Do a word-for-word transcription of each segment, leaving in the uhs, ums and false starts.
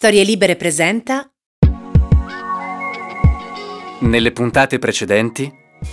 Storie Libere presenta. Nelle puntate precedenti.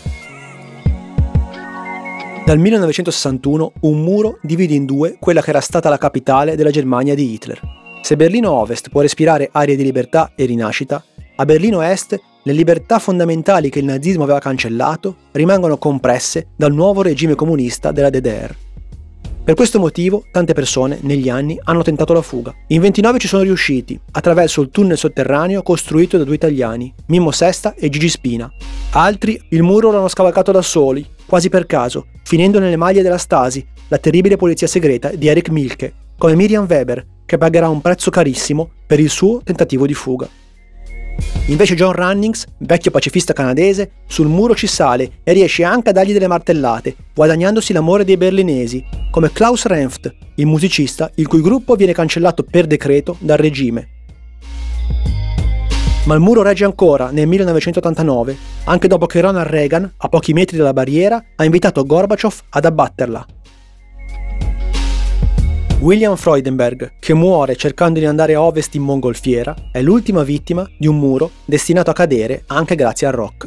Dal millenovecentosessantuno un muro divide in due quella che era stata la capitale della Germania di Hitler. Se Berlino Ovest può respirare aria di libertà e rinascita, a Berlino Est le libertà fondamentali che il nazismo aveva cancellato rimangono compresse dal nuovo regime comunista della D D R. Per questo motivo, tante persone, negli anni, hanno tentato la fuga. In ventinove ci sono riusciti, attraverso il tunnel sotterraneo costruito da due italiani, Mimmo Sesta e Gigi Spina. Altri il muro l'hanno scavalcato da soli, quasi per caso, finendo nelle maglie della Stasi, la terribile polizia segreta di Erich Mielke, come Miriam Weber, che pagherà un prezzo carissimo per il suo tentativo di fuga. Invece John Runnings, vecchio pacifista canadese, sul muro ci sale e riesce anche a dargli delle martellate, guadagnandosi l'amore dei berlinesi, come Klaus Renft, il musicista il cui gruppo viene cancellato per decreto dal regime. Ma il muro regge ancora nel millenovecentottantanove, anche dopo che Ronald Reagan, a pochi metri dalla barriera, ha invitato Gorbaciov ad abbatterla. William Freudenberg, che muore cercando di andare a ovest in mongolfiera, è l'ultima vittima di un muro destinato a cadere anche grazie al rock.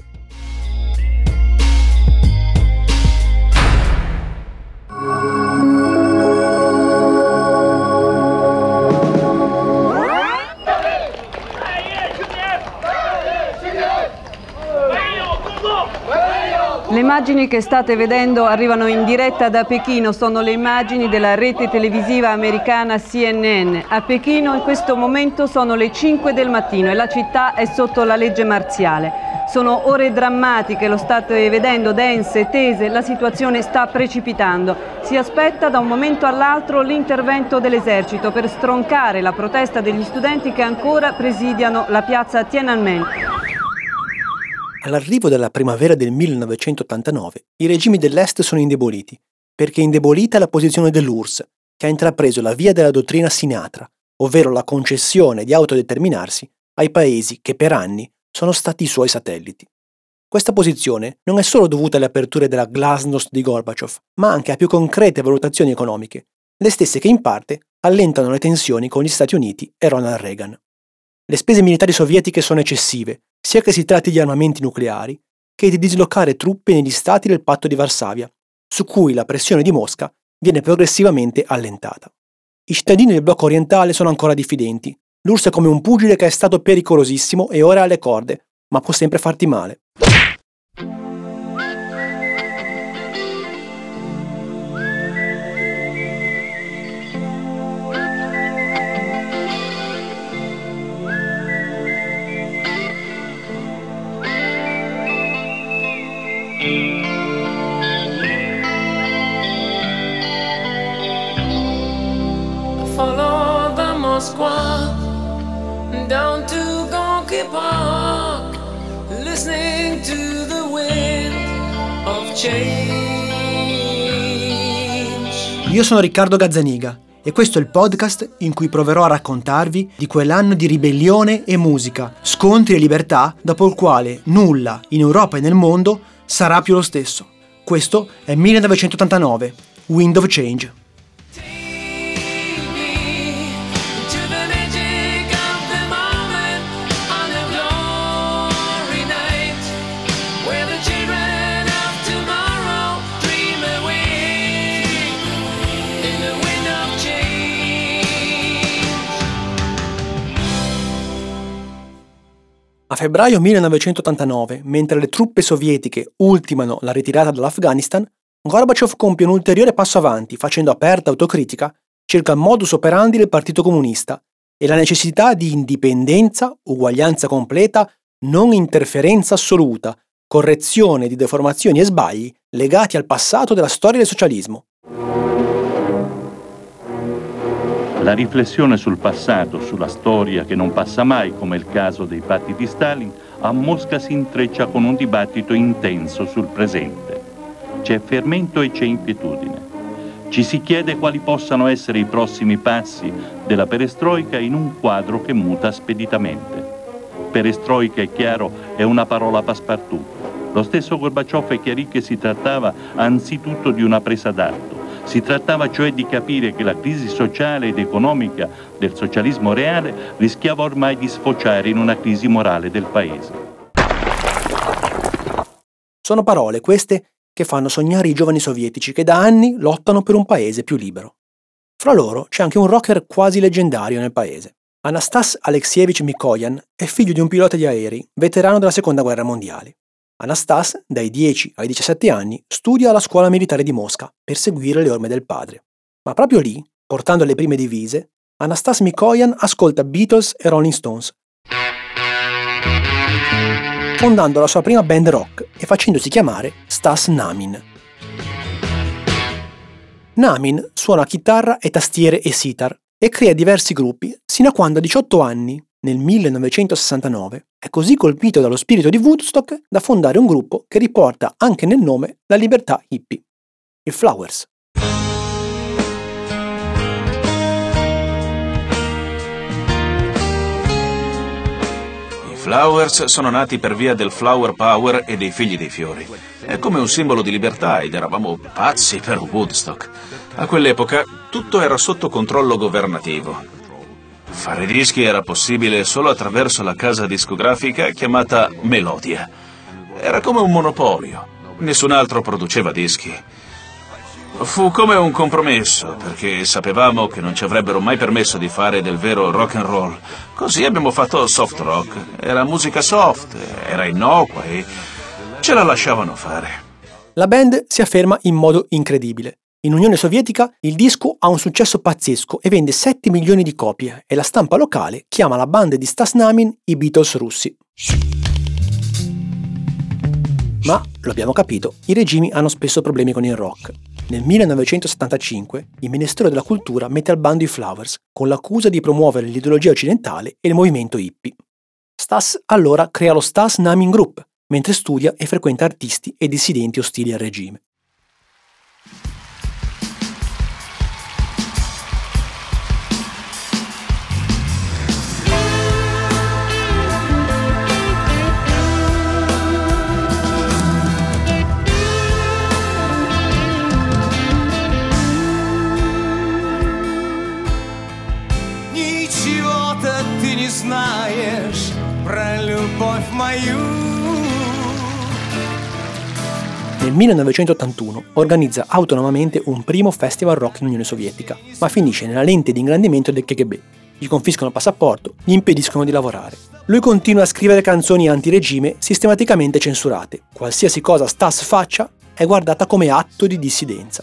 Le immagini che state vedendo arrivano in diretta da Pechino, sono le immagini della rete televisiva americana C N N. A Pechino in questo momento sono le cinque del mattino e la città è sotto la legge marziale. Sono ore drammatiche, lo state vedendo, dense, tese, la situazione sta precipitando. Si aspetta da un momento all'altro l'intervento dell'esercito per stroncare la protesta degli studenti che ancora presidiano la piazza Tiananmen. All'arrivo della primavera del millenovecentottantanove, i regimi dell'Est sono indeboliti, perché è indebolita la posizione dell'U R S S, che ha intrapreso la via della dottrina Sinatra, ovvero la concessione di autodeterminarsi ai paesi che per anni sono stati i suoi satelliti. Questa posizione non è solo dovuta alle aperture della glasnost di Gorbaciov, ma anche a più concrete valutazioni economiche, le stesse che in parte allentano le tensioni con gli Stati Uniti e Ronald Reagan. Le spese militari sovietiche sono eccessive, sia che si tratti di armamenti nucleari, che di dislocare truppe negli stati del patto di Varsavia, su cui la pressione di Mosca viene progressivamente allentata. I cittadini del blocco orientale sono ancora diffidenti. L'U R S S è come un pugile che è stato pericolosissimo e ora è alle corde, ma può sempre farti male. Follow the Moskva down to Gorky Park, listening to the wind of change. Io sono Riccardo Gazzaniga e questo è il podcast in cui proverò a raccontarvi di quell'anno di ribellione e musica, scontri e libertà, dopo il quale nulla in Europa e nel mondo sarà più lo stesso. Questo è millenovecentottantanove, Wind of Change. A febbraio millenovecentottantanove, mentre le truppe sovietiche ultimano la ritirata dall'Afghanistan, Gorbaciov compie un ulteriore passo avanti facendo aperta autocritica circa il modus operandi del Partito Comunista e la necessità di indipendenza, uguaglianza completa, non interferenza assoluta, correzione di deformazioni e sbagli legati al passato della storia del socialismo. La riflessione sul passato, sulla storia che non passa mai, come il caso dei patti di Stalin, a Mosca si intreccia con un dibattito intenso sul presente. C'è fermento e c'è inquietudine. Ci si chiede quali possano essere i prossimi passi della perestroica in un quadro che muta speditamente. Perestroica, è chiaro, è una parola passepartout. Lo stesso Gorbaciov chiarì che si trattava anzitutto di una presa d'atto, Si trattava cioè di capire che la crisi sociale ed economica del socialismo reale rischiava ormai di sfociare in una crisi morale del paese. Sono parole queste che fanno sognare i giovani sovietici che da anni lottano per un paese più libero. Fra loro c'è anche un rocker quasi leggendario nel paese. Anastas Alexievich Mikoyan è figlio di un pilota di aerei, veterano della Seconda Guerra Mondiale. Anastas, dai dieci ai diciassette anni, studia alla scuola militare di Mosca per seguire le orme del padre. Ma proprio lì, portando le prime divise, Anastas Mikoyan ascolta Beatles e Rolling Stones, fondando la sua prima band rock e facendosi chiamare Stas Namin. Namin suona chitarra e tastiere e sitar e crea diversi gruppi sino a quando a diciotto anni, nel millenovecentosessantanove, è così colpito dallo spirito di Woodstock da fondare un gruppo che riporta anche nel nome la libertà hippie, i Flowers. I Flowers sono nati per via del Flower Power e dei Figli dei Fiori. È come un simbolo di libertà ed eravamo pazzi per Woodstock. A quell'epoca tutto era sotto controllo governativo. Fare dischi era possibile solo attraverso la casa discografica chiamata Melodia. Era come un monopolio. Nessun altro produceva dischi. Fu come un compromesso, perché sapevamo che non ci avrebbero mai permesso di fare del vero rock and roll. Così abbiamo fatto soft rock. Era musica soft, era innocua e ce la lasciavano fare. La band si afferma in modo incredibile. In Unione Sovietica il disco ha un successo pazzesco e vende sette milioni di copie e la stampa locale chiama la band di Stas Namin i Beatles russi. Ma, lo abbiamo capito, i regimi hanno spesso problemi con il rock. Nel millenovecentosettantacinque il Ministero della Cultura mette al bando i Flowers con l'accusa di promuovere l'ideologia occidentale e il movimento hippie. Stas allora crea lo Stas Namin Group, mentre studia e frequenta artisti e dissidenti ostili al regime. Знаешь про любовь мою. Nel millenovecentottantuno organizza autonomamente un primo festival rock in Unione Sovietica, ma finisce nella lente di ingrandimento del K G B. Gli confiscano il passaporto, gli impediscono di lavorare. Lui continua a scrivere canzoni antiregime sistematicamente censurate. Qualsiasi cosa Stas faccia è guardata come atto di dissidenza.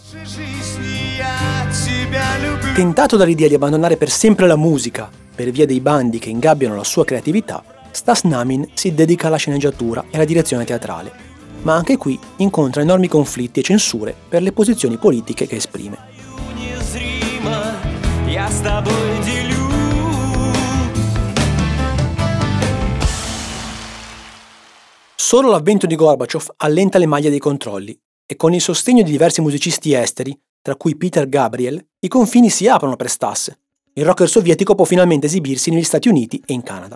Tentato dall'idea di abbandonare per sempre la musica per via dei bandi che ingabbiano la sua creatività, Stas Namin si dedica alla sceneggiatura e alla direzione teatrale, ma anche qui incontra enormi conflitti e censure per le posizioni politiche che esprime. Solo l'avvento di Gorbaciov allenta le maglie dei controlli e con il sostegno di diversi musicisti esteri, tra cui Peter Gabriel, i confini si aprono per Stas. Il rocker sovietico può finalmente esibirsi negli Stati Uniti e in Canada.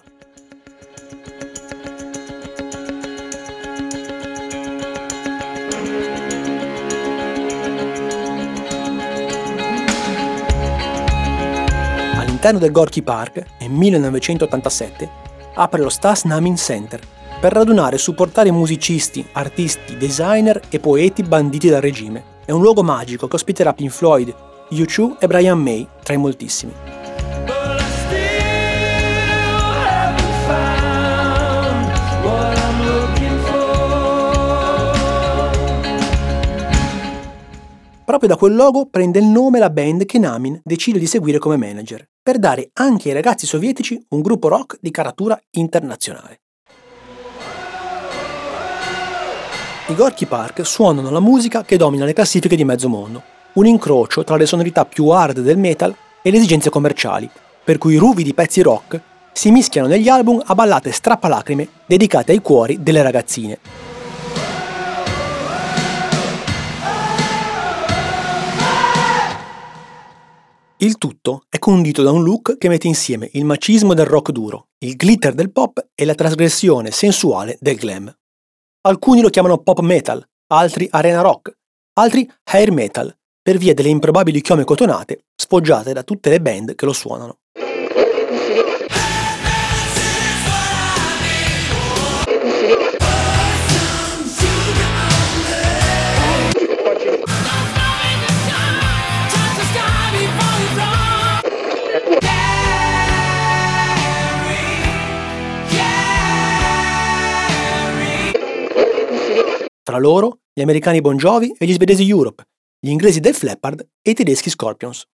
All'interno del Gorky Park, nel millenovecentottantasette, apre lo Stas Namin Center per radunare e supportare musicisti, artisti, designer e poeti banditi dal regime. È un luogo magico che ospiterà Pink Floyd, U due e Brian May, tra i moltissimi. Proprio da quel logo prende il nome la band che Namin decide di seguire come manager, per dare anche ai ragazzi sovietici un gruppo rock di caratura internazionale. I Gorky Park suonano la musica che domina le classifiche di mezzo mondo, un incrocio tra le sonorità più hard del metal e le esigenze commerciali, per cui ruvidi pezzi rock si mischiano negli album a ballate strappalacrime dedicate ai cuori delle ragazzine. Il tutto è condito da un look che mette insieme il macismo del rock duro, il glitter del pop e la trasgressione sensuale del glam. Alcuni lo chiamano pop metal, altri arena rock, altri hair metal, per via delle improbabili chiome cotonate sfoggiate da tutte le band che lo suonano. Tra loro gli americani Bon Jovi e gli svedesi Europe, gli inglesi Def Leppard e i tedeschi Scorpions.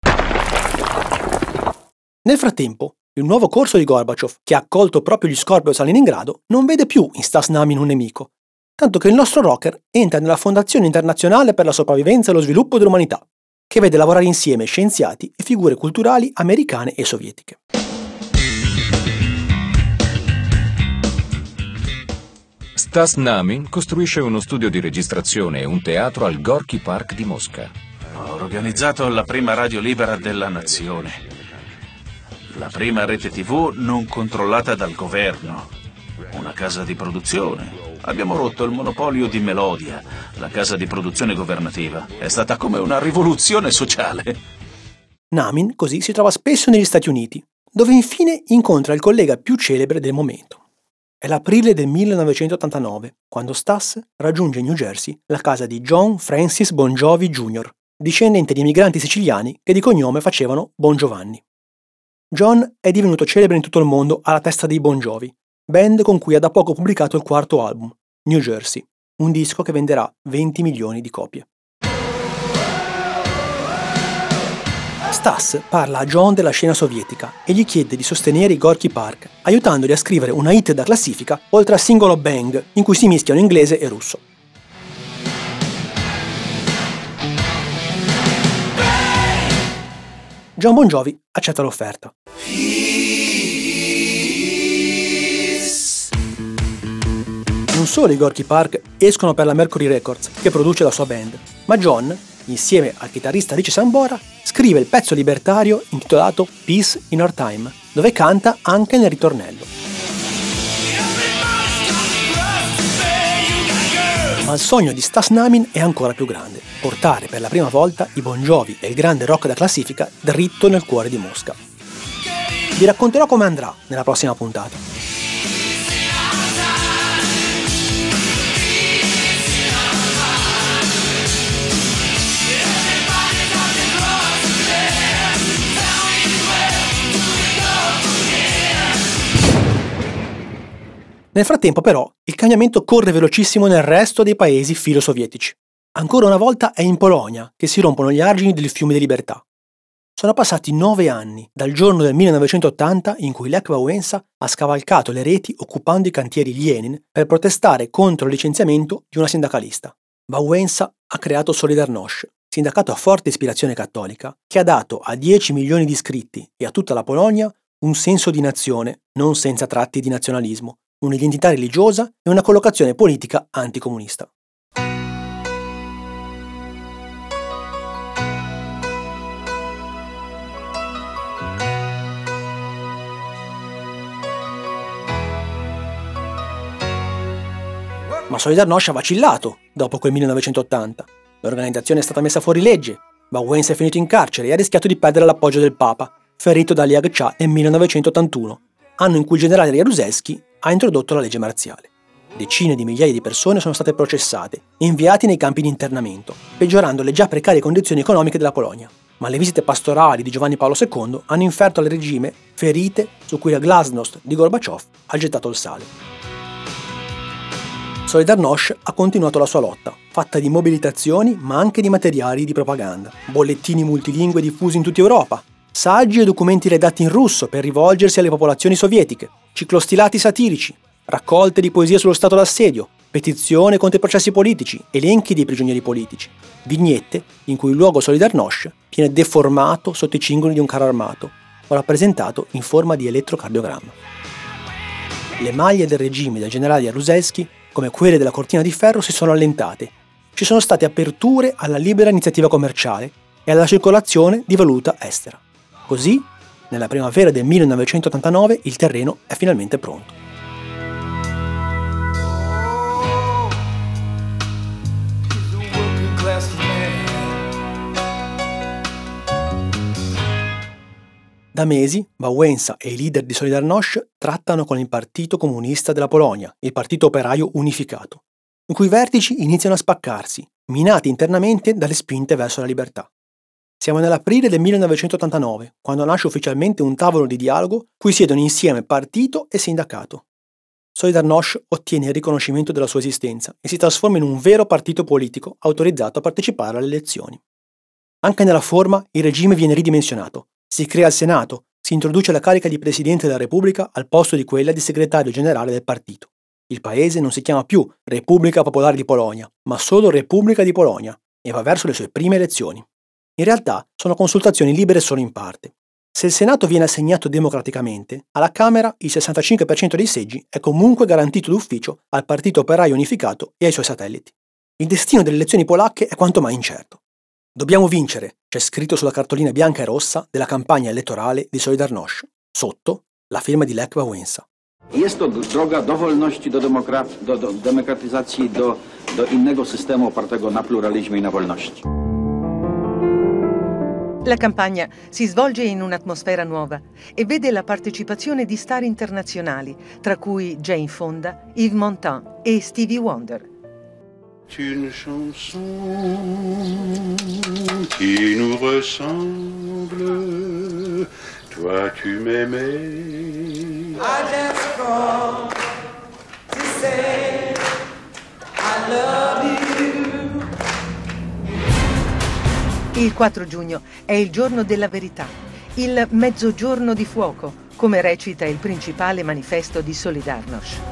Nel frattempo, il nuovo corso di Gorbaciov, che ha accolto proprio gli Scorpions a Leningrado, non vede più in Stas Namin un nemico, tanto che il nostro rocker entra nella Fondazione Internazionale per la Sopravvivenza e lo Sviluppo dell'Umanità, che vede lavorare insieme scienziati e figure culturali americane e sovietiche. Stas Namin costruisce uno studio di registrazione e un teatro al Gorky Park di Mosca. Ho organizzato la prima radio libera della nazione. La prima rete tivù non controllata dal governo. Una casa di produzione. Abbiamo rotto il monopolio di Melodia, la casa di produzione governativa. È stata come una rivoluzione sociale. Namin così si trova spesso negli Stati Uniti, dove infine incontra il collega più celebre del momento. È l'aprile del millenovecentottantanove, quando Stas raggiunge New Jersey la casa di John Francis Bon Jovi junior, discendente di emigranti siciliani che di cognome facevano Bon Giovanni. John è divenuto celebre in tutto il mondo alla testa dei Bon Jovi, band con cui ha da poco pubblicato il quarto album, New Jersey, un disco che venderà venti milioni di copie. Stas parla a John della scena sovietica e gli chiede di sostenere i Gorky Park, aiutandoli a scrivere una hit da classifica oltre al singolo Bang, in cui si mischiano inglese e russo. John Bon Jovi accetta l'offerta. Non solo i Gorky Park escono per la Mercury Records, che produce la sua band, ma John, insieme al chitarrista Richie Sambora, scrive il pezzo libertario intitolato Peace in Our Time, dove canta anche nel ritornello. Ma il sogno di Stas Namin è ancora più grande: portare per la prima volta i Bon Jovi e il grande rock da classifica dritto nel cuore di Mosca. Vi racconterò come andrà nella prossima puntata. Nel frattempo, però, il cambiamento corre velocissimo nel resto dei paesi filo-sovietici. Ancora una volta è in Polonia che si rompono gli argini del fiume di libertà. Sono passati nove anni dal giorno del millenovecentottanta in cui Lech Wałęsa ha scavalcato le reti occupando i cantieri Lenin per protestare contro il licenziamento di una sindacalista. Wałęsa ha creato Solidarność, sindacato a forte ispirazione cattolica, che ha dato a dieci milioni di iscritti e a tutta la Polonia un senso di nazione, non senza tratti di nazionalismo, un'identità religiosa e una collocazione politica anticomunista. Ma Solidarność ha vacillato dopo quel millenovecentottanta. L'organizzazione è stata messa fuori legge, Wałęsa è finito in carcere e ha rischiato di perdere l'appoggio del Papa, ferito da Liag Cha nel millenovecentottantuno, anno in cui il generale Jaruzelski ha introdotto la legge marziale. Decine di migliaia di persone sono state processate e inviate nei campi di internamento, peggiorando le già precarie condizioni economiche della Polonia. Ma le visite pastorali di Giovanni Paolo secondo hanno inferto al regime ferite su cui la glasnost di Gorbaciov ha gettato il sale. Solidarność ha continuato la sua lotta, fatta di mobilitazioni ma anche di materiali di propaganda, bollettini multilingue diffusi in tutta Europa, saggi e documenti redatti in russo per rivolgersi alle popolazioni sovietiche, ciclostilati satirici, raccolte di poesie sullo stato d'assedio, petizioni contro i processi politici, elenchi dei prigionieri politici, vignette in cui il luogo Solidarność viene deformato sotto i cingoli di un carro armato o rappresentato in forma di elettrocardiogramma. Le maglie del regime del generale Jaruzelski, come quelle della cortina di ferro, si sono allentate. Ci sono state aperture alla libera iniziativa commerciale e alla circolazione di valuta estera. Così, nella primavera del millenovecentottantanove, il terreno è finalmente pronto. Da mesi Wałęsa e i leader di Solidarność trattano con il Partito Comunista della Polonia, il Partito Operaio Unificato, i cui vertici iniziano a spaccarsi, minati internamente dalle spinte verso la libertà. Siamo nell'aprile del millenovecentottantanove, quando nasce ufficialmente un tavolo di dialogo cui siedono insieme partito e sindacato. Solidarność ottiene il riconoscimento della sua esistenza e si trasforma in un vero partito politico autorizzato a partecipare alle elezioni. Anche nella forma il regime viene ridimensionato. Si crea il Senato, si introduce la carica di Presidente della Repubblica al posto di quella di Segretario Generale del partito. Il paese non si chiama più Repubblica Popolare di Polonia, ma solo Repubblica di Polonia, e va verso le sue prime elezioni. In realtà sono consultazioni libere solo in parte. Se il Senato viene assegnato democraticamente, alla Camera il sessantacinque per cento dei seggi è comunque garantito d'ufficio al Partito Operaio Unificato e ai suoi satelliti. Il destino delle elezioni polacche è quanto mai incerto. Dobbiamo vincere, c'è scritto sulla cartolina bianca e rossa della campagna elettorale di Solidarność. Sotto, la firma di Lech Wałęsa. Jest to droga do wolności, do, demokra- do, do demokratyzacji, do, do innego systemu opartego na pluralizmie i na wolności. La campagna si svolge in un'atmosfera nuova e vede la partecipazione di star internazionali, tra cui Jane Fonda, Yves Montand e Stevie Wonder. Une chanson qui nous ressemble, toi tu m'aimais. I just called to say I love you. Il quattro giugno è il giorno della verità, il mezzogiorno di fuoco, come recita il principale manifesto di Solidarność.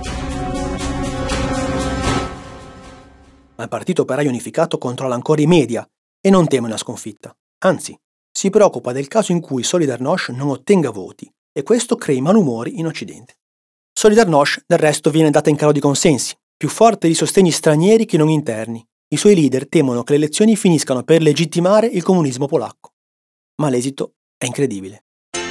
Ma il Partito Operaio Unificato controlla ancora i media e non teme una sconfitta. Anzi, si preoccupa del caso in cui Solidarność non ottenga voti e questo crei malumori in Occidente. Solidarność, del resto, viene data in calo di consensi, più forte di sostegni stranieri che non interni. I suoi leader temono che le elezioni finiscano per legittimare il comunismo polacco. Ma l'esito è incredibile.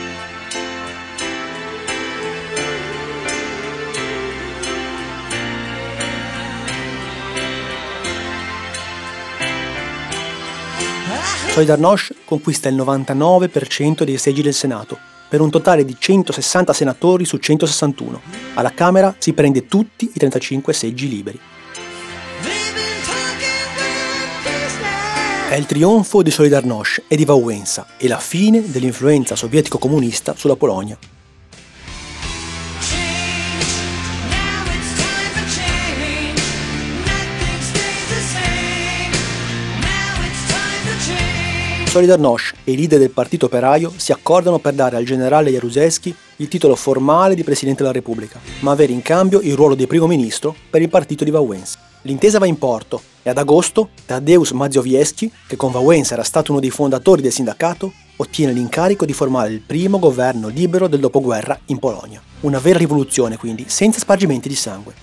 Solidarność conquista il novantanove per cento dei seggi del Senato, per un totale di centosessanta senatori su centosessantuno. Alla Camera si prende tutti i trentacinque seggi liberi. È il trionfo di Solidarność e di Wałęsa e la fine dell'influenza sovietico-comunista sulla Polonia. Solidarność e i leader del Partito Operaio si accordano per dare al generale Jaruzelski il titolo formale di Presidente della Repubblica, ma avere in cambio il ruolo di primo ministro per il partito di Wałęsa. L'intesa va in porto e ad agosto Tadeusz Mazowiecki, che con Wałęsa era stato uno dei fondatori del sindacato, ottiene l'incarico di formare il primo governo libero del dopoguerra in Polonia. Una vera rivoluzione, quindi, senza spargimenti di sangue.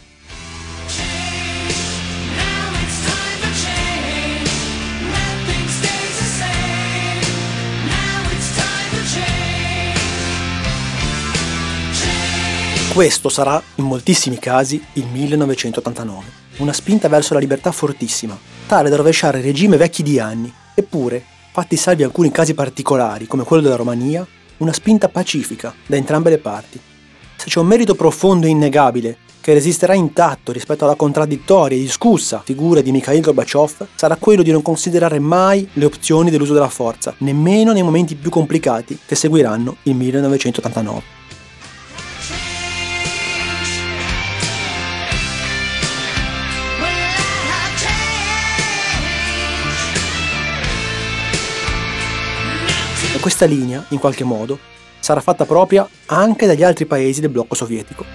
Questo sarà, in moltissimi casi, il millenovecentottantanove. Una spinta verso la libertà fortissima, tale da rovesciare regime vecchi di anni, eppure, fatti salvi alcuni casi particolari, come quello della Romania, una spinta pacifica da entrambe le parti. Se c'è un merito profondo e innegabile, che resisterà intatto rispetto alla contraddittoria e discussa figura di Mikhail Gorbaciov, sarà quello di non considerare mai le opzioni dell'uso della forza, nemmeno nei momenti più complicati che seguiranno il millenovecentottantanove. E questa linea, in qualche modo, sarà fatta propria anche dagli altri paesi del blocco sovietico.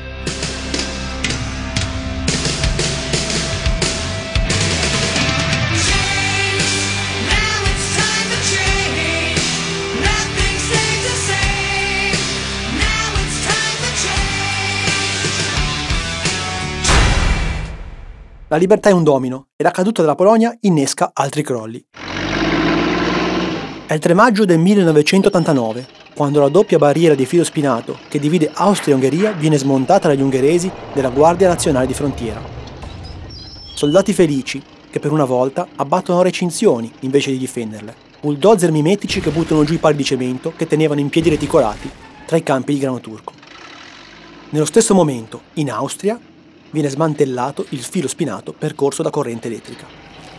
La libertà è un domino e la caduta della Polonia innesca altri crolli. È il tre maggio del millenovecentottantanove, quando la doppia barriera di filo spinato che divide Austria e Ungheria viene smontata dagli ungheresi della Guardia Nazionale di Frontiera. Soldati felici che per una volta abbattono recinzioni invece di difenderle. bulldozer mimetici che buttano giù i pali di cemento che tenevano in piedi reticolati tra i campi di grano turco. Nello stesso momento, in Austria, viene smantellato il filo spinato percorso da corrente elettrica.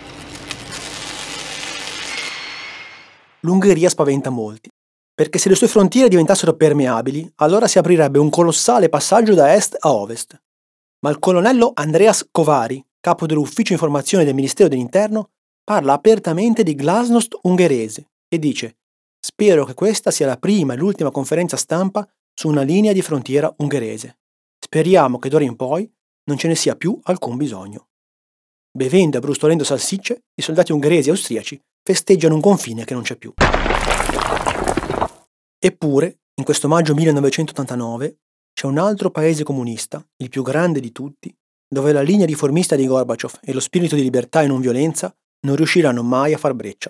L'Ungheria spaventa molti, perché se le sue frontiere diventassero permeabili, allora si aprirebbe un colossale passaggio da est a ovest. Ma il colonnello Andreas Kovári, capo dell'ufficio informazione del Ministero dell'Interno, parla apertamente di glasnost ungherese e dice: «Spero che questa sia la prima e l'ultima conferenza stampa su una linea di frontiera ungherese. Speriamo che d'ora in poi non ce ne sia più alcun bisogno». Bevendo e brustolendo salsicce, i soldati ungheresi e austriaci festeggiano un confine che non c'è più. Eppure, in questo maggio millenovecentottantanove, c'è un altro paese comunista, il più grande di tutti, dove la linea riformista di Gorbaciov e lo spirito di libertà e non violenza non riusciranno mai a far breccia.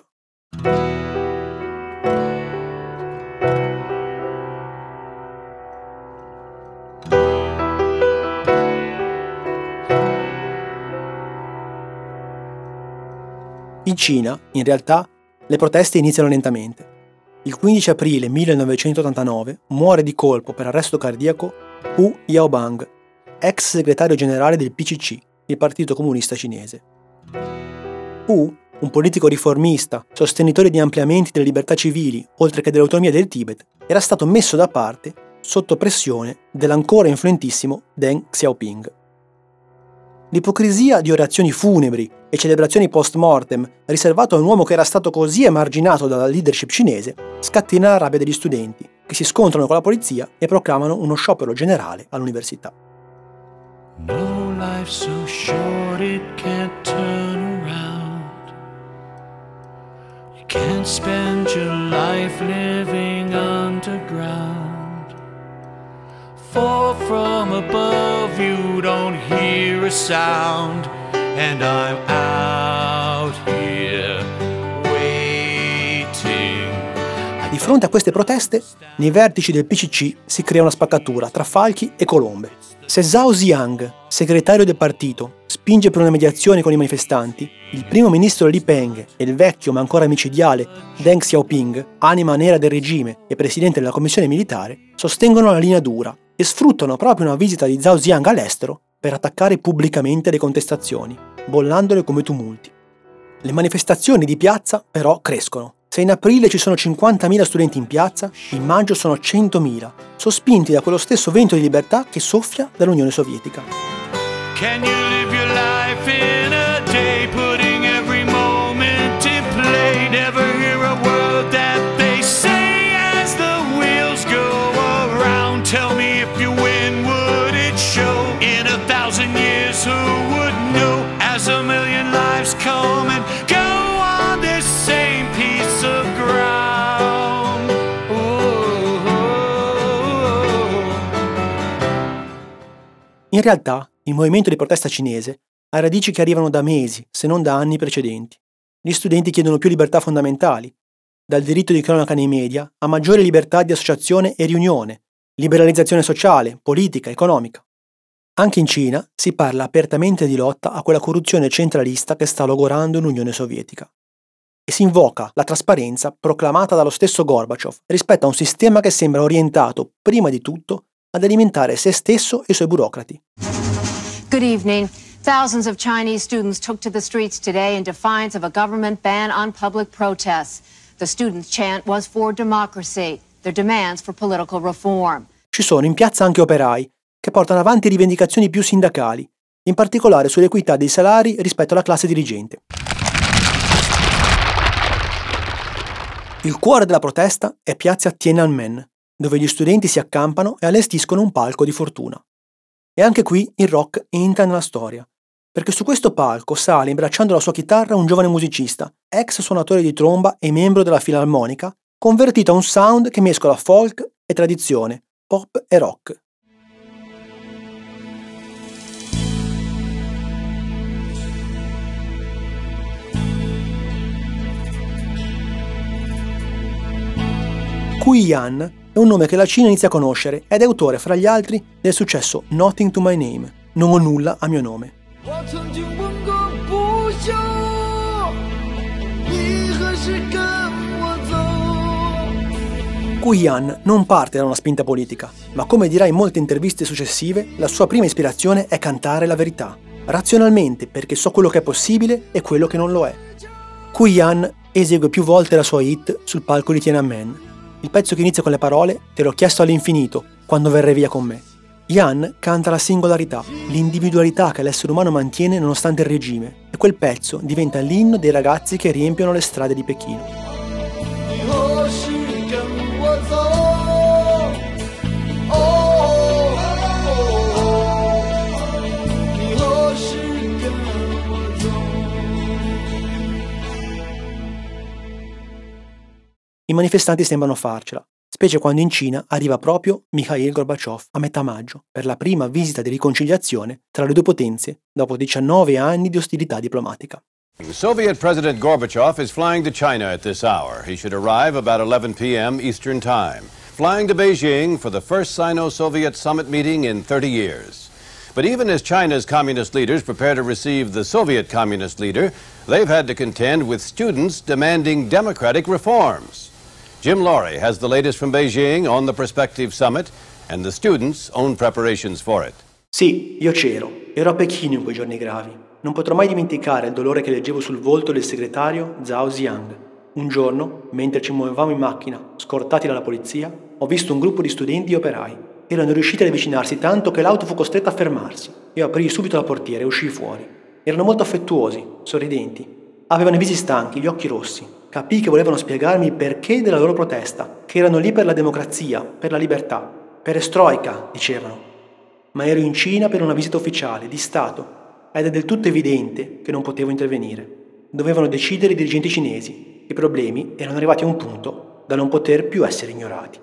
In Cina, in realtà, le proteste iniziano lentamente. Il quindici aprile millenovecentottantanove muore di colpo per arresto cardiaco Hu Yaobang, ex segretario generale del P C C, il Partito Comunista Cinese. Hu, un politico riformista, sostenitore di ampliamenti delle libertà civili, oltre che dell'autonomia del Tibet, era stato messo da parte sotto pressione dell'ancora influentissimo Deng Xiaoping. L'ipocrisia di orazioni funebri e celebrazioni post-mortem riservato a un uomo che era stato così emarginato dalla leadership cinese scatena la rabbia degli studenti, che si scontrano con la polizia e proclamano uno sciopero generale all'università. No life so short it can't turn around. You can't spend your life living underground. Fall from above, you don't hear a sound, and I'm out here waiting. Di fronte a queste proteste, nei vertici del P C C si crea una spaccatura tra falchi e colombe. Se Zhao Ziyang, segretario del partito, spinge per una mediazione con i manifestanti, il primo ministro Li Peng e il vecchio ma ancora micidiale Deng Xiaoping, anima nera del regime e presidente della commissione militare, sostengono la linea dura e sfruttano proprio una visita di Zhao Ziyang all'estero per attaccare pubblicamente le contestazioni, bollandole come tumulti. Le manifestazioni di piazza però crescono. Se in aprile ci sono cinquantamila studenti in piazza, in maggio sono centomila, sospinti da quello stesso vento di libertà che soffia dall'Unione Sovietica. Can you live your life in a day, putting every moment in play? Never hear a word that they say as the wheels go around. Tell me if you win, would it show? In a thousand years, who would know? As a million lives come and go on this same piece of ground. Oh, oh, oh. In realtà, il movimento di protesta cinese ha radici che arrivano da mesi, se non da anni precedenti. Gli studenti chiedono più libertà fondamentali, dal diritto di cronaca nei media a maggiore libertà di associazione e riunione, liberalizzazione sociale, politica, economica. Anche in Cina si parla apertamente di lotta a quella corruzione centralista che sta logorando l'Unione Sovietica. E si invoca la trasparenza proclamata dallo stesso Gorbaciov rispetto a un sistema che sembra orientato, prima di tutto, ad alimentare se stesso e i suoi burocrati. Good evening. Thousands of Chinese students took to the streets today in defiance of a government ban on public protests. The students' chant was for democracy, their demands for political reform. Ci sono in piazza anche operai che portano avanti rivendicazioni più sindacali, in particolare sull'equità dei salari rispetto alla classe dirigente. Il cuore della protesta è piazza Tiananmen, dove gli studenti si accampano e allestiscono un palco di fortuna. E anche qui il rock entra nella storia, perché su questo palco sale imbracciando la sua chitarra un giovane musicista, ex suonatore di tromba e membro della filarmonica, convertito a un sound che mescola folk e tradizione, pop e rock. Kui Yan è un nome che la Cina inizia a conoscere ed è autore, fra gli altri, del successo Nothing to My Name, Non ho nulla a mio nome. 我曾经问过不休，你何时跟 Pu-yan non parte da una spinta politica, ma come dirà in molte interviste successive, la sua prima ispirazione è cantare la verità, razionalmente perché so quello che è possibile e quello che non lo è. Pu-yan esegue più volte la sua hit sul palco di Tiananmen, il pezzo che inizia con le parole «Te l'ho chiesto all'infinito, quando verrai via con me». Yan canta la singolarità, l'individualità che l'essere umano mantiene nonostante il regime, e quel pezzo diventa l'inno dei ragazzi che riempiono le strade di Pechino. I manifestanti sembrano farcela, specie quando in Cina arriva proprio Mikhail Gorbaciov a metà maggio per la prima visita di riconciliazione tra le due potenze dopo diciannove anni di ostilità diplomatica. Soviet President Gorbachev is flying to China at this hour. He should arrive about eleven p.m. Eastern Time, flying to Beijing for the first Sino-Soviet summit meeting in thirty years. But even as China's communist leaders prepare to receive the Soviet communist leader, they've had to contend with students demanding democratic reforms. Jim Laurie has the latest from Beijing on the prospective summit and the students' own preparations for it. Sì, io c'ero. Ero a Pechino in quei giorni gravi. Non potrò mai dimenticare il dolore che leggevo sul volto del segretario Zhao Ziang. Un giorno, mentre ci muovevamo in macchina, scortati dalla polizia, ho visto un gruppo di studenti e operai. Erano riusciti ad avvicinarsi tanto che l'auto fu costretta a fermarsi. Io aprii subito la portiera e uscii fuori. Erano molto affettuosi, sorridenti. Avevano i visi stanchi, gli occhi rossi. Capii che volevano spiegarmi il perché della loro protesta, che erano lì per la democrazia, per la libertà. Perestroika, dicevano. Ma ero in Cina per una visita ufficiale, di Stato, ed è del tutto evidente che non potevo intervenire. Dovevano decidere i dirigenti cinesi. I problemi erano arrivati a un punto da non poter più essere ignorati.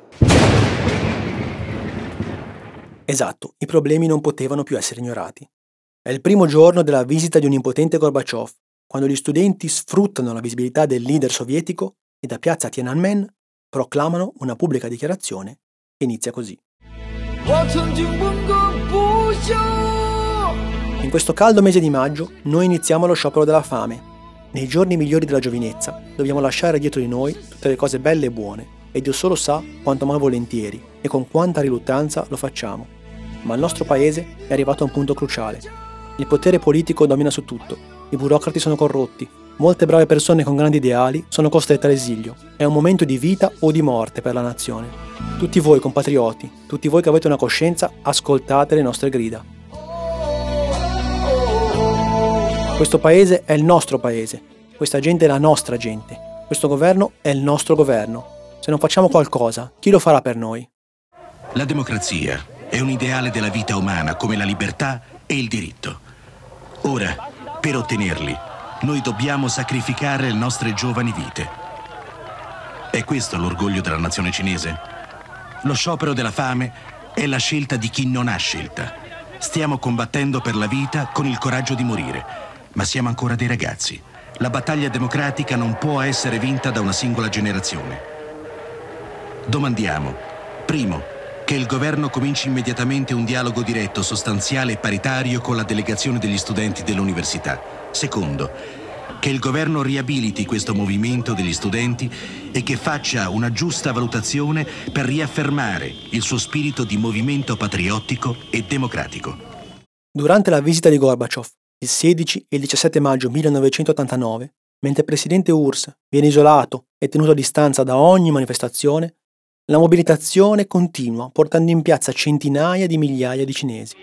Esatto, i problemi non potevano più essere ignorati. È il primo giorno della visita di un impotente Gorbaciov, quando gli studenti sfruttano la visibilità del leader sovietico e da piazza Tiananmen proclamano una pubblica dichiarazione che inizia così. In questo caldo mese di maggio noi iniziamo lo sciopero della fame. Nei giorni migliori della giovinezza dobbiamo lasciare dietro di noi tutte le cose belle e buone, e Dio solo sa quanto malvolentieri e con quanta riluttanza lo facciamo. Ma il nostro paese è arrivato a un punto cruciale. Il potere politico domina su tutto. I burocrati sono corrotti, molte brave persone con grandi ideali sono costrette all'esilio. È un momento di vita o di morte per la nazione. Tutti voi compatrioti, tutti voi che avete una coscienza, ascoltate le nostre grida. Questo paese è il nostro paese, questa gente è la nostra gente, questo governo è il nostro governo. Se non facciamo qualcosa, chi lo farà per noi? La democrazia è un ideale della vita umana come la libertà e il diritto. Ora, per ottenerli, noi dobbiamo sacrificare le nostre giovani vite. È questo l'orgoglio della nazione cinese? Lo sciopero della fame è la scelta di chi non ha scelta. Stiamo combattendo per la vita con il coraggio di morire, ma siamo ancora dei ragazzi. La battaglia democratica non può essere vinta da una singola generazione. Domandiamo, primo, che il governo cominci immediatamente un dialogo diretto, sostanziale e paritario con la delegazione degli studenti dell'università. Secondo, che il governo riabiliti questo movimento degli studenti e che faccia una giusta valutazione per riaffermare il suo spirito di movimento patriottico e democratico. Durante la visita di Gorbaciov, il sedici e il diciassette maggio millenovecentottantanove, mentre il presidente U R S S viene isolato e tenuto a distanza da ogni manifestazione, la mobilitazione continua, portando in piazza centinaia di migliaia di cinesi.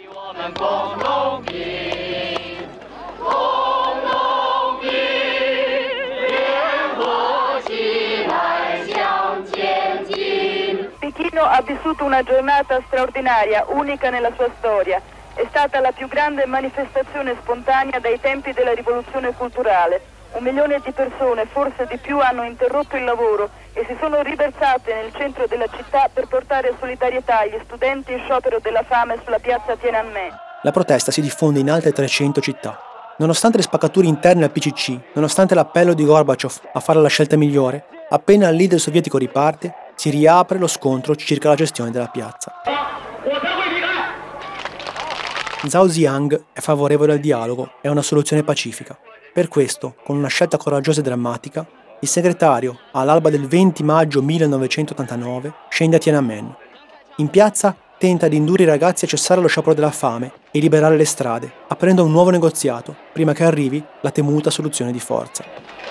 Pechino ha vissuto una giornata straordinaria, unica nella sua storia. È stata la più grande manifestazione spontanea dai tempi della rivoluzione culturale. Un milione di persone, forse di più, hanno interrotto il lavoro e si sono riversate nel centro della città per portare solidarietà agli studenti in sciopero della fame sulla piazza Tiananmen. La protesta si diffonde in altre trecento città. Nonostante le spaccature interne al P C C, nonostante l'appello di Gorbaciov a fare la scelta migliore, appena il leader sovietico riparte, si riapre lo scontro circa la gestione della piazza. Zhao Ziang è favorevole al dialogo e a una soluzione pacifica. Per questo, con una scelta coraggiosa e drammatica, il segretario, all'alba del venti maggio millenovecentottantanove, scende a Tiananmen. In piazza tenta di indurre i ragazzi a cessare lo sciopero della fame e liberare le strade, aprendo un nuovo negoziato, prima che arrivi la temuta soluzione di forza.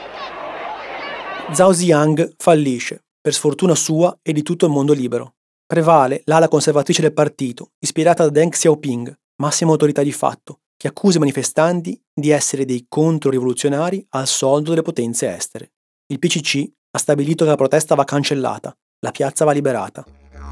Zhao Ziyang fallisce, per sfortuna sua e di tutto il mondo libero. Prevale l'ala conservatrice del partito, ispirata da Deng Xiaoping, massima autorità di fatto, che accusa i manifestanti di essere dei controrivoluzionari al soldo delle potenze estere. Il P C C ha stabilito che la protesta va cancellata, la piazza va liberata.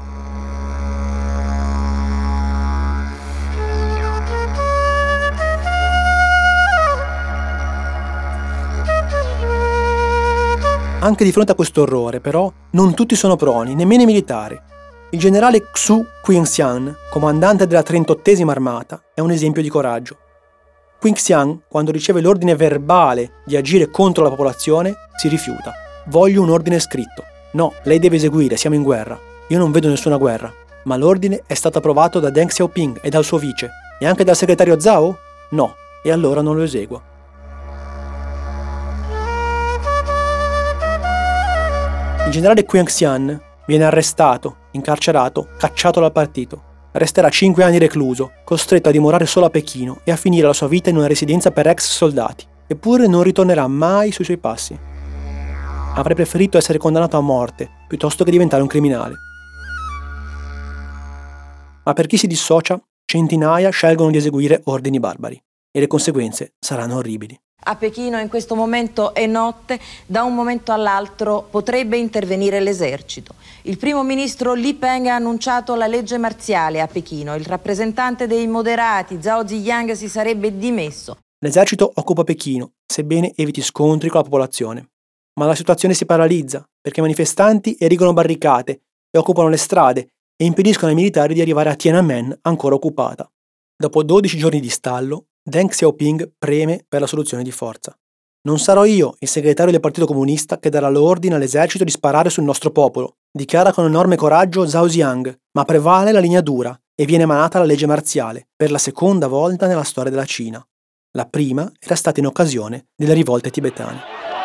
Anche di fronte a questo orrore, però, non tutti sono proni, nemmeno i militari. Il generale Xu Qingxian, comandante della trentottesima armata, è un esempio di coraggio. Qingxian, quando riceve l'ordine verbale di agire contro la popolazione, si rifiuta. Voglio un ordine scritto. No, lei deve eseguire, siamo in guerra. Io non vedo nessuna guerra. Ma l'ordine è stato approvato da Deng Xiaoping e dal suo vice. E anche dal segretario Zhao? No, e allora non lo esegua. Il generale Qingxian viene arrestato, incarcerato, cacciato dal partito. Resterà cinque anni recluso, costretto a dimorare solo a Pechino e a finire la sua vita in una residenza per ex soldati. Eppure non ritornerà mai sui suoi passi. Avrei preferito essere condannato a morte piuttosto che diventare un criminale. Ma per chi si dissocia, centinaia scelgono di eseguire ordini barbari e le conseguenze saranno orribili. A Pechino in questo momento è notte, da un momento all'altro potrebbe intervenire l'esercito. Il primo ministro Li Peng ha annunciato la legge marziale a Pechino. Il rappresentante dei moderati Zhao Ziyang si sarebbe dimesso. L'esercito occupa Pechino, sebbene eviti scontri con la popolazione. Ma la situazione si paralizza perché i manifestanti erigono barricate e occupano le strade e impediscono ai militari di arrivare a Tiananmen ancora occupata. Dopo dodici giorni di stallo, Deng Xiaoping preme per la soluzione di forza. Non sarò io, il segretario del Partito Comunista, che darà l'ordine all'esercito di sparare sul nostro popolo, dichiara con enorme coraggio Zhao Ziyang, ma prevale la linea dura e viene emanata la legge marziale, per la seconda volta nella storia della Cina. La prima era stata in occasione delle rivolte tibetane.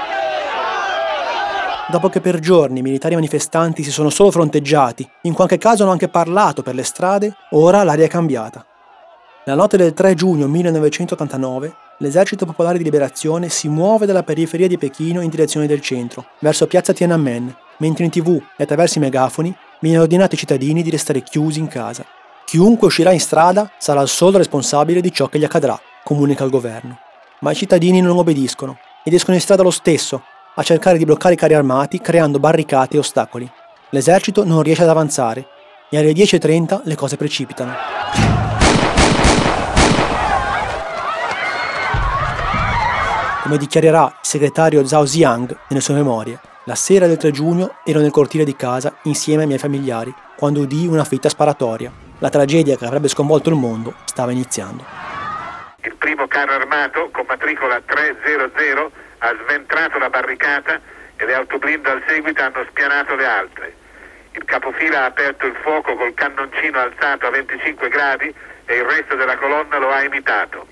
Dopo che per giorni i militari manifestanti si sono solo fronteggiati, in qualche caso hanno anche parlato per le strade, ora l'aria è cambiata. La notte del tre giugno millenovecentottantanove, l'esercito popolare di liberazione si muove dalla periferia di Pechino in direzione del centro, verso piazza Tiananmen, mentre in tv e attraverso i megafoni viene ordinato ai cittadini di restare chiusi in casa. Chiunque uscirà in strada sarà il solo responsabile di ciò che gli accadrà, comunica il governo. Ma i cittadini non obbediscono ed escono in strada lo stesso, a cercare di bloccare i carri armati creando barricate e ostacoli. L'esercito non riesce ad avanzare e alle dieci e trenta le cose precipitano. Come dichiarerà il segretario Zhao Ziyang nelle sue memorie, la sera del tre giugno ero nel cortile di casa insieme ai miei familiari quando udii una fitta sparatoria. La tragedia che avrebbe sconvolto il mondo stava iniziando. Il primo carro armato con matricola trecento ha sventrato la barricata e le autoblindo al seguito hanno spianato le altre. Il capofila ha aperto il fuoco col cannoncino alzato a venticinque gradi e il resto della colonna lo ha imitato.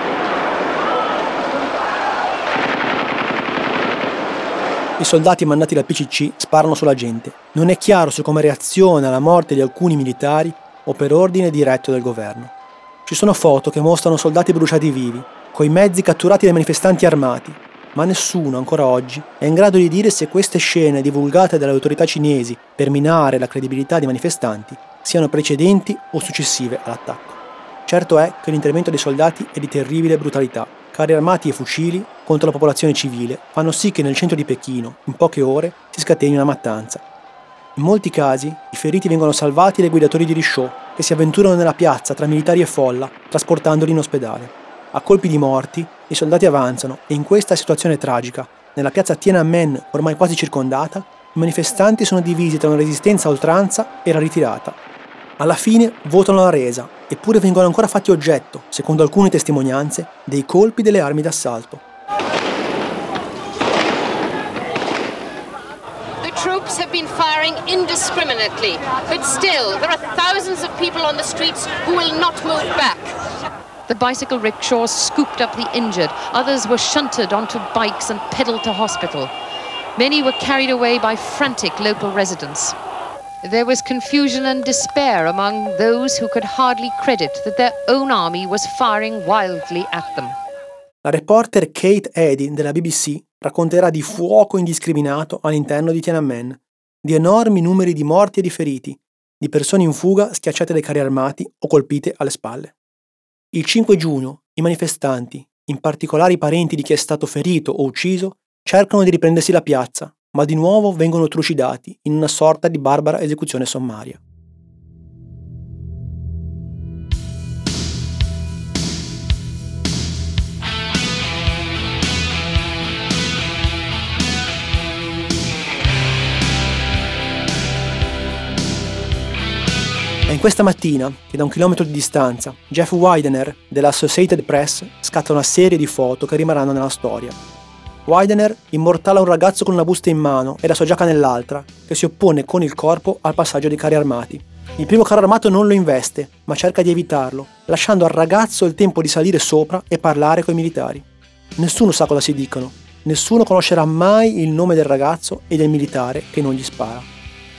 I soldati mandati dal P C C sparano sulla gente. Non è chiaro se come reazione alla morte di alcuni militari o per ordine diretto del governo. Ci sono foto che mostrano soldati bruciati vivi, coi mezzi catturati dai manifestanti armati, ma nessuno ancora oggi è in grado di dire se queste scene divulgate dalle autorità cinesi per minare la credibilità dei manifestanti siano precedenti o successive all'attacco. Certo è che l'intervento dei soldati è di terribile brutalità. Carri armati e fucili contro la popolazione civile fanno sì che nel centro di Pechino, in poche ore, si scateni una mattanza. In molti casi, i feriti vengono salvati dai guidatori di rickshaw, che si avventurano nella piazza tra militari e folla, trasportandoli in ospedale. A colpi di morti, i soldati avanzano e in questa situazione tragica, nella piazza Tiananmen ormai quasi circondata, i manifestanti sono divisi tra una resistenza a oltranza e la ritirata. Alla fine votano la resa, eppure vengono ancora fatti oggetto, secondo alcune testimonianze, dei colpi delle armi d'assalto. The troops have been firing indiscriminately, but still there are thousands of people on the streets who will not move back. The bicycle rickshaws scooped up the injured, others were shunted onto bikes and pedaled to hospital. Many were carried away by frantic local residents. There was confusion and despair among those who could hardly credit that their own army was firing wildly at them. La reporter Kate Eddy della B B C racconterà di fuoco indiscriminato all'interno di Tiananmen, di enormi numeri di morti e di feriti, di persone in fuga schiacciate dai carri armati o colpite alle spalle. Il cinque giugno i manifestanti, in particolare i parenti di chi è stato ferito o ucciso, cercano di riprendersi la piazza, ma di nuovo vengono trucidati in una sorta di barbara esecuzione sommaria. È in questa mattina che da un chilometro di distanza Jeff Widener della Associated Press scatta una serie di foto che rimarranno nella storia. Widener immortala un ragazzo con una busta in mano e la sua giacca nell'altra, che si oppone con il corpo al passaggio dei carri armati. Il primo carro armato non lo investe, ma cerca di evitarlo, lasciando al ragazzo il tempo di salire sopra e parlare coi militari. Nessuno sa cosa si dicono, nessuno conoscerà mai il nome del ragazzo e del militare che non gli spara.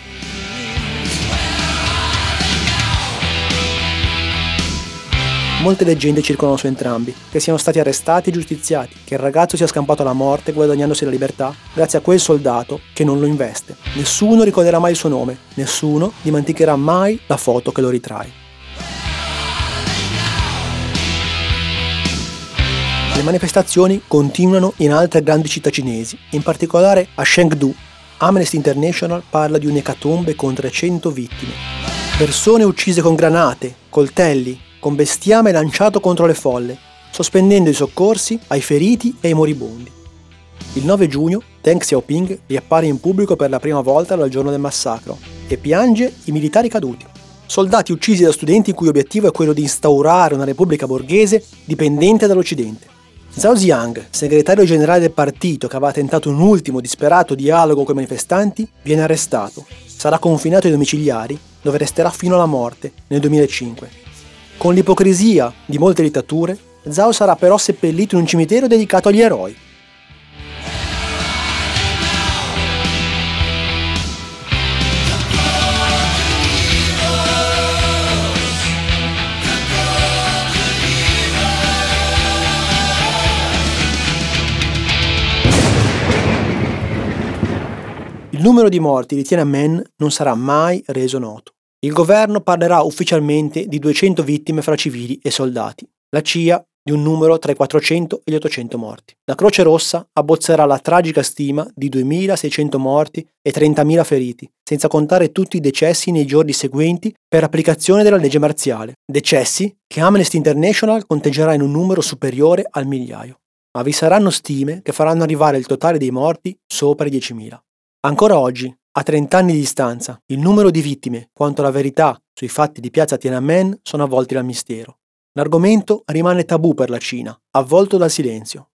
Molte leggende circolano su entrambi, che siano stati arrestati e giustiziati, che il ragazzo sia scampato alla morte guadagnandosi la libertà grazie a quel soldato che non lo investe. Nessuno ricorderà mai il suo nome, nessuno dimenticherà mai la foto che lo ritrae. Le manifestazioni continuano in altre grandi città cinesi, in particolare a Chengdu. Amnesty International parla di un'ecatombe con trecento vittime. Persone uccise con granate, coltelli, con bestiame lanciato contro le folle, sospendendo i soccorsi ai feriti e ai moribondi. Il nove giugno Deng Xiaoping riappare in pubblico per la prima volta dal giorno del massacro e piange i militari caduti. Soldati uccisi da studenti il cui obiettivo è quello di instaurare una repubblica borghese dipendente dall'Occidente. Zhao Ziang, segretario generale del partito che aveva tentato un ultimo disperato dialogo con i manifestanti, viene arrestato. Sarà confinato ai domiciliari, dove resterà fino alla morte nel duemilacinque. Con l'ipocrisia di molte dittature, Zhao sarà però seppellito in un cimitero dedicato agli eroi. Il numero di morti di Tiananmen non sarà mai reso noto. Il governo parlerà ufficialmente di duecento vittime fra civili e soldati, la C I A di un numero tra i quattrocento e gli ottocento morti. La Croce Rossa abbozzerà la tragica stima di duemilaseicento morti e trentamila feriti, senza contare tutti i decessi nei giorni seguenti per applicazione della legge marziale, decessi che Amnesty International conteggerà in un numero superiore al migliaio. Ma vi saranno stime che faranno arrivare il totale dei morti sopra i diecimila. Ancora oggi, a trent'anni di distanza, il numero di vittime quanto la verità sui fatti di piazza Tiananmen sono avvolti dal mistero. L'argomento rimane tabù per la Cina, avvolto dal silenzio.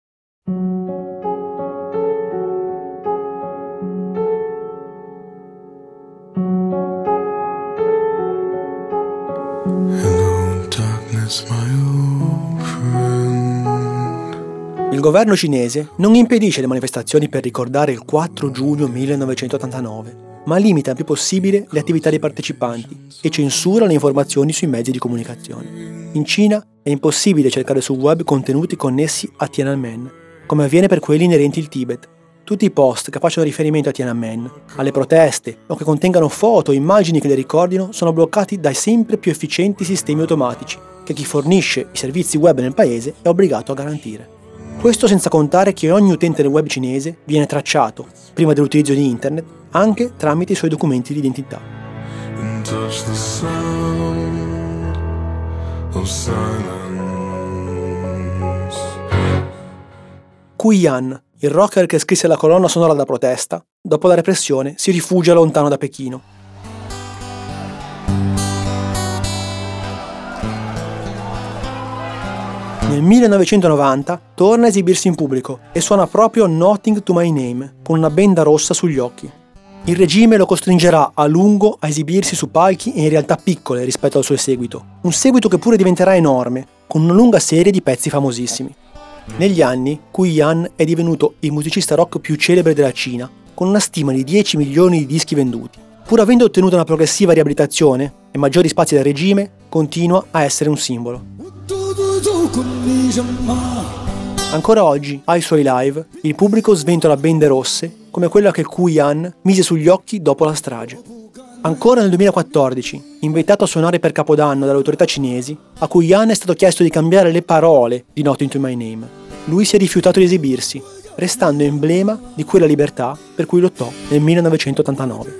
Hello, darkness, my old friend. Il governo cinese non impedisce le manifestazioni per ricordare il quattro giugno millenovecentottantanove, ma limita il più possibile le attività dei partecipanti e censura le informazioni sui mezzi di comunicazione. In Cina è impossibile cercare sul web contenuti connessi a Tiananmen, come avviene per quelli inerenti al Tibet. Tutti i post che facciano riferimento a Tiananmen, alle proteste o che contengano foto o immagini che le ricordino sono bloccati dai sempre più efficienti sistemi automatici che chi fornisce i servizi web nel paese è obbligato a garantire. Questo senza contare che ogni utente del web cinese viene tracciato, prima dell'utilizzo di internet, anche tramite i suoi documenti di identità. Kui Yan, il rocker che scrisse la colonna sonora da protesta, dopo la repressione si rifugia lontano da Pechino. Nel millenovecentonovanta torna a esibirsi in pubblico e suona proprio Nothing to My Name, con una benda rossa sugli occhi. Il regime lo costringerà a lungo a esibirsi su palchi in realtà piccole rispetto al suo seguito, un seguito che pure diventerà enorme, con una lunga serie di pezzi famosissimi. Negli anni, Kui Yan è divenuto il musicista rock più celebre della Cina con una stima di dieci milioni di dischi venduti. Pur avendo ottenuto una progressiva riabilitazione e maggiori spazi del regime, continua a essere un simbolo. Ancora oggi, ai suoi live, il pubblico sventola bende rosse come quella che Gu Yan mise sugli occhi dopo la strage. Ancora nel duemilaquattordici, invitato a suonare per Capodanno dalle autorità cinesi, a Gu Yan è stato chiesto di cambiare le parole di Not Into My Name. Lui si è rifiutato di esibirsi, restando emblema di quella libertà per cui lottò nel millenovecentottantanove.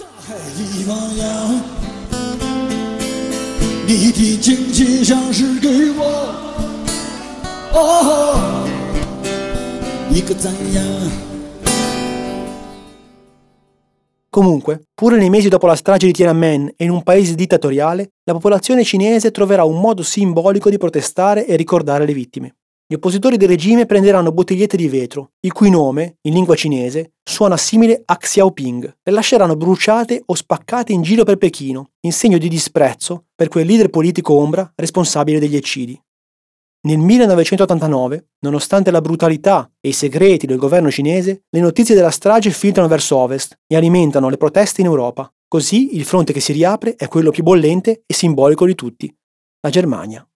Comunque, pure nei mesi dopo la strage di Tiananmen e in un paese dittatoriale, la popolazione cinese troverà un modo simbolico di protestare e ricordare le vittime. Gli oppositori del regime prenderanno bottigliette di vetro, il cui nome, in lingua cinese, suona simile a Xiaoping, e lasceranno bruciate o spaccate in giro per Pechino, in segno di disprezzo per quel leader politico ombra responsabile degli eccidi. Nel millenovecentottantanove, nonostante la brutalità e i segreti del governo cinese, le notizie della strage filtrano verso ovest e alimentano le proteste in Europa. Così il fronte che si riapre è quello più bollente e simbolico di tutti, la Germania.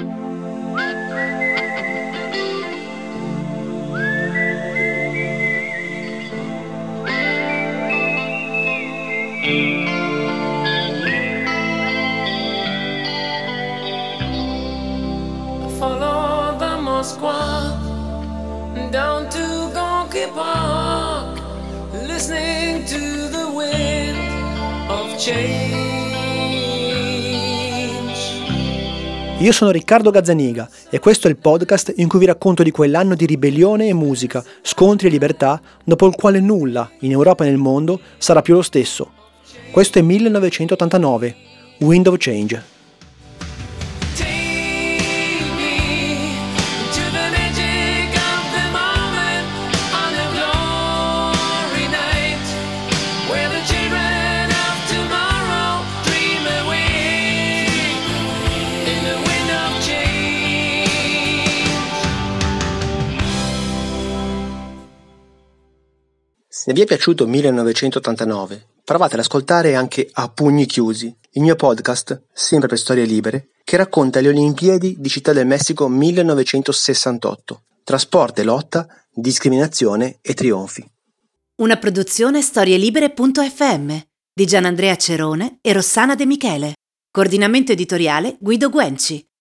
Down to Gonky Park, listening to the wind of change. Io sono Riccardo Gazzaniga e questo è il podcast in cui vi racconto di quell'anno di ribellione e musica, scontri e libertà, dopo il quale nulla, in Europa e nel mondo, sarà più lo stesso. Questo è millenovecentottantanove, Wind of Change. Se vi è piaciuto millenovecentottantanove, provate ad ascoltare anche A Pugni Chiusi, il mio podcast, sempre per storie libere, che racconta le Olimpiadi di Città del Messico millenovecentosessantotto, tra sport e lotta, discriminazione e trionfi. Una produzione storielibere punto effe emme di Gianandrea Cerone e Rossana De Michele. Coordinamento editoriale Guido Guenci.